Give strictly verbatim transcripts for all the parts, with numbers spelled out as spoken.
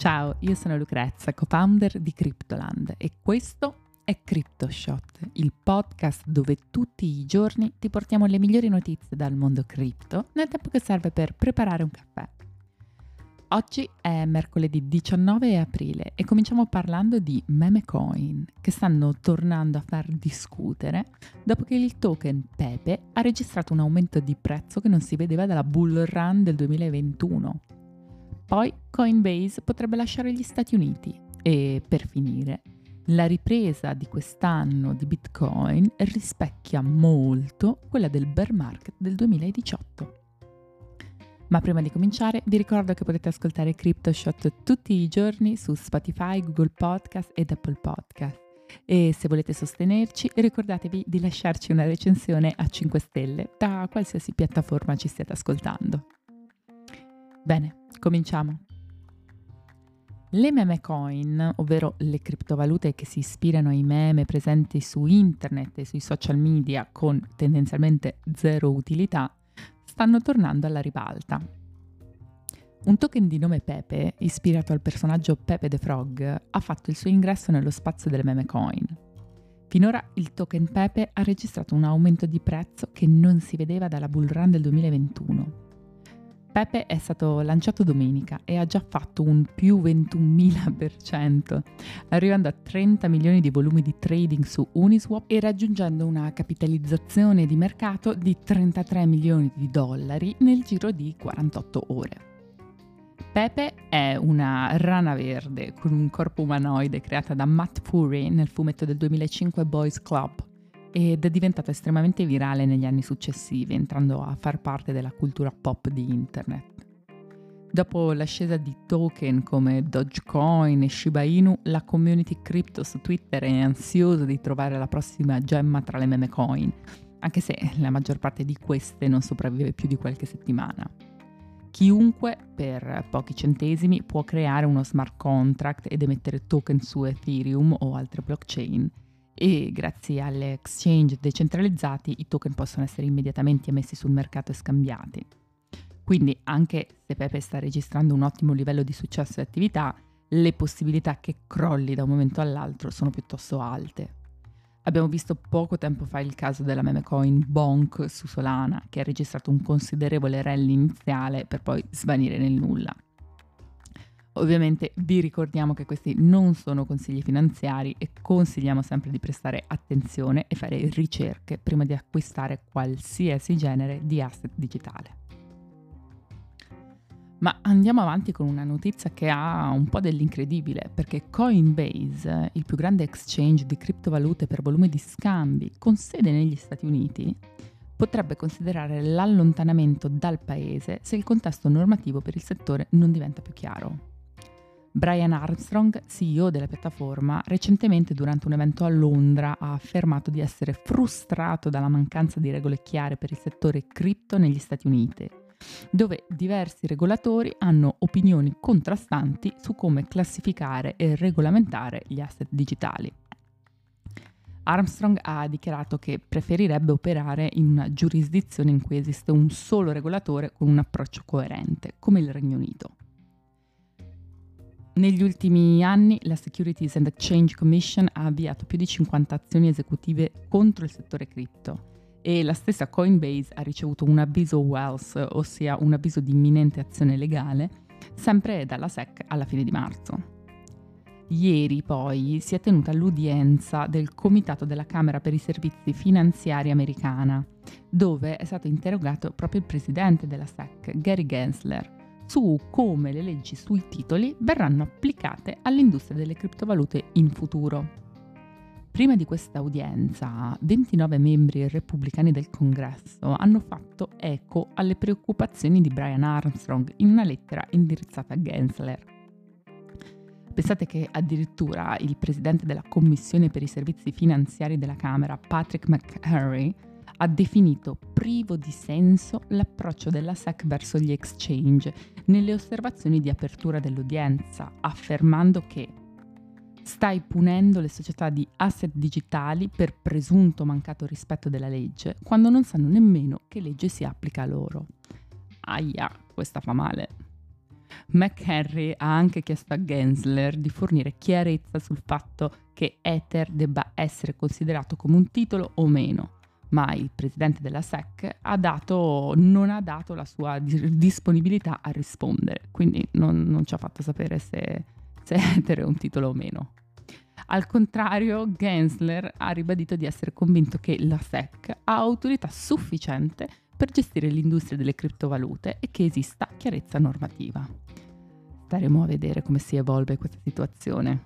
Ciao, io sono Lucrezia, co-founder di Cryptoland e questo è CryptoShot, il podcast dove tutti i giorni ti portiamo le migliori notizie dal mondo cripto nel tempo che serve per preparare un caffè. Oggi è mercoledì diciannove aprile e cominciamo parlando di meme coin che stanno tornando a far discutere dopo che il token Pepe ha registrato un aumento di prezzo che non si vedeva dalla bull run del duemilaventuno. Poi Coinbase potrebbe lasciare gli Stati Uniti e, per finire, la ripresa di quest'anno di Bitcoin rispecchia molto quella del bear market del duemiladiciotto. Ma prima di cominciare vi ricordo che potete ascoltare CryptoShot tutti i giorni su Spotify, Google Podcast ed Apple Podcast. E se volete sostenerci, ricordatevi di lasciarci una recensione a cinque stelle da qualsiasi piattaforma ci stiate ascoltando. Bene, cominciamo. Le meme coin, ovvero le criptovalute che si ispirano ai meme presenti su internet e sui social media con tendenzialmente zero utilità, stanno tornando alla ribalta. Un token di nome Pepe, ispirato al personaggio Pepe the Frog, ha fatto il suo ingresso nello spazio delle meme coin. Finora il token Pepe ha registrato un aumento di prezzo che non si vedeva dalla bull run del duemilaventuno. Pepe è stato lanciato domenica e ha già fatto un più ventunomila per cento, arrivando a trenta milioni di volumi di trading su Uniswap e raggiungendo una capitalizzazione di mercato di trentatré milioni di dollari nel giro di quarantotto ore. Pepe è una rana verde con un corpo umanoide creata da Matt Fury nel fumetto del duemilacinque Boys Club ed è diventata estremamente virale negli anni successivi, entrando a far parte della cultura pop di internet. Dopo l'ascesa di token come Dogecoin e Shiba Inu, la community crypto su Twitter è ansiosa di trovare la prossima gemma tra le meme coin, anche se la maggior parte di queste non sopravvive più di qualche settimana. Chiunque, per pochi centesimi, può creare uno smart contract ed emettere token su Ethereum o altre blockchain, e grazie alle exchange decentralizzati i token possono essere immediatamente emessi sul mercato e scambiati. Quindi anche se Pepe sta registrando un ottimo livello di successo e attività, le possibilità che crolli da un momento all'altro sono piuttosto alte. Abbiamo visto poco tempo fa il caso della meme coin Bonk su Solana, che ha registrato un considerevole rally iniziale per poi svanire nel nulla. Ovviamente vi ricordiamo che questi non sono consigli finanziari e consigliamo sempre di prestare attenzione e fare ricerche prima di acquistare qualsiasi genere di asset digitale. Ma andiamo avanti con una notizia che ha un po' dell'incredibile, perché Coinbase, il più grande exchange di criptovalute per volume di scambi con sede negli Stati Uniti, potrebbe considerare l'allontanamento dal paese se il contesto normativo per il settore non diventa più chiaro. Brian Armstrong, C E O della piattaforma, recentemente durante un evento a Londra ha affermato di essere frustrato dalla mancanza di regole chiare per il settore cripto negli Stati Uniti, dove diversi regolatori hanno opinioni contrastanti su come classificare e regolamentare gli asset digitali. Armstrong ha dichiarato che preferirebbe operare in una giurisdizione in cui esiste un solo regolatore con un approccio coerente, come il Regno Unito. Negli ultimi anni la Securities and Exchange Commission ha avviato più di cinquanta azioni esecutive contro il settore cripto e la stessa Coinbase ha ricevuto un avviso Wells, ossia un avviso di imminente azione legale, sempre dalla S E C alla fine di marzo. Ieri poi si è tenuta l'udienza del Comitato della Camera per i Servizi Finanziari americana, dove è stato interrogato proprio il presidente della S E C, Gary Gensler, su come le leggi sui titoli verranno applicate all'industria delle criptovalute in futuro. Prima di questa udienza, ventinove membri repubblicani del Congresso hanno fatto eco alle preoccupazioni di Brian Armstrong in una lettera indirizzata a Gensler. Pensate che addirittura il presidente della Commissione per i servizi finanziari della Camera, Patrick McHenry, ha definito privo di senso l'approccio della S E C verso gli exchange nelle osservazioni di apertura dell'udienza, affermando che stai punendo le società di asset digitali per presunto mancato rispetto della legge, quando non sanno nemmeno che legge si applica a loro. Aia, questa fa male. McHenry ha anche chiesto a Gensler di fornire chiarezza sul fatto che Ether debba essere considerato come un titolo o meno, ma il presidente della S E C ha dato, non ha dato la sua disponibilità a rispondere, quindi non, non ci ha fatto sapere se, se Ether è un titolo o meno. Al contrario, Gensler ha ribadito di essere convinto che la S E C ha autorità sufficiente per gestire l'industria delle criptovalute e che esista chiarezza normativa. Staremo a vedere come si evolve questa situazione.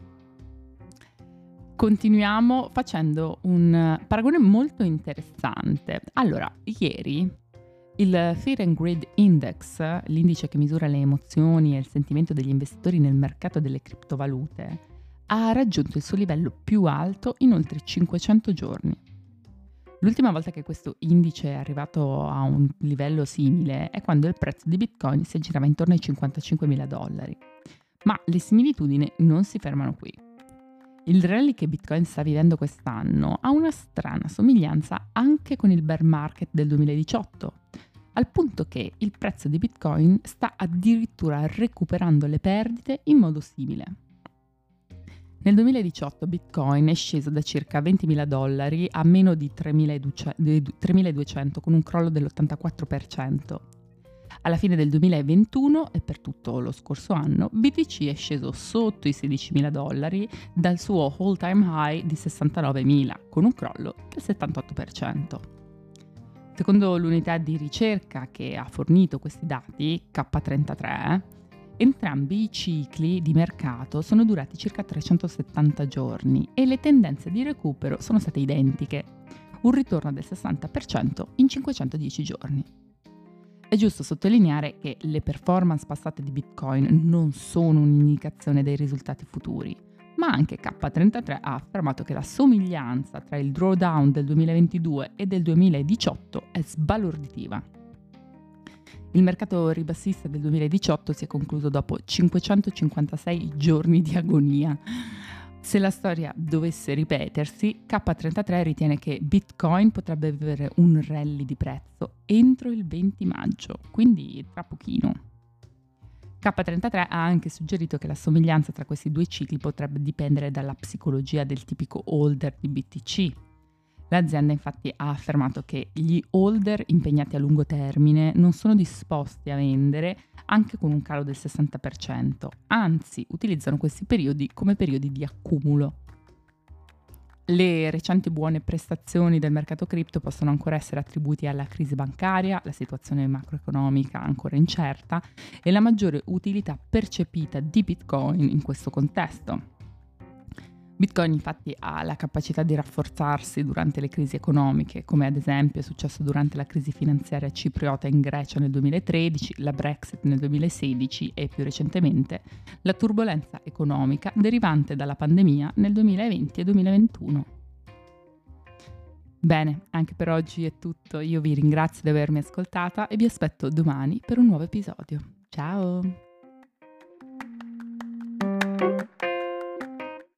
Continuiamo facendo un paragone molto interessante. Allora, ieri il Fear and Greed Index, l'indice che misura le emozioni e il sentimento degli investitori nel mercato delle criptovalute, ha raggiunto il suo livello più alto in oltre cinquecento giorni. L'ultima volta che questo indice è arrivato a un livello simile è quando il prezzo di Bitcoin si aggirava intorno ai cinquantacinquemila dollari. Ma le similitudini non si fermano qui. Il rally che Bitcoin sta vivendo quest'anno ha una strana somiglianza anche con il bear market del duemiladiciotto, al punto che il prezzo di Bitcoin sta addirittura recuperando le perdite in modo simile. Nel duemiladiciotto Bitcoin è sceso da circa ventimila dollari a meno di tremiladuecento con un crollo dell'ottantaquattro per cento. Alla fine del duemilaventuno e per tutto lo scorso anno B T C è sceso sotto i sedicimila dollari dal suo all-time high di sessantanovemila con un crollo del settantotto per cento. Secondo l'unità di ricerca che ha fornito questi dati, K trentatré, entrambi i cicli di mercato sono durati circa trecentosettanta giorni e le tendenze di recupero sono state identiche, un ritorno del sessanta per cento in cinquecentodieci giorni. È giusto sottolineare che le performance passate di Bitcoin non sono un'indicazione dei risultati futuri, ma anche K trentatré ha affermato che la somiglianza tra il drawdown del duemilaventidue e del duemiladiciotto è sbalorditiva. Il mercato ribassista del duemiladiciotto si è concluso dopo cinquecentocinquantasei giorni di agonia. Se la storia dovesse ripetersi, K trentatré ritiene che Bitcoin potrebbe avere un rally di prezzo entro il venti maggio, quindi tra pochino. K trentatré ha anche suggerito che la somiglianza tra questi due cicli potrebbe dipendere dalla psicologia del tipico holder di B T C. L'azienda infatti ha affermato che gli holder impegnati a lungo termine non sono disposti a vendere anche con un calo del sessanta per cento, anzi utilizzano questi periodi come periodi di accumulo. Le recenti buone prestazioni del mercato cripto possono ancora essere attribuiti alla crisi bancaria, la situazione macroeconomica ancora incerta e la maggiore utilità percepita di Bitcoin in questo contesto. Bitcoin infatti ha la capacità di rafforzarsi durante le crisi economiche, come ad esempio è successo durante la crisi finanziaria cipriota in Grecia nel duemilatredici, la Brexit nel duemilasedici e più recentemente la turbolenza economica derivante dalla pandemia nel duemilaventi e duemilaventuno. Bene, anche per oggi è tutto, io vi ringrazio di avermi ascoltata e vi aspetto domani per un nuovo episodio. Ciao!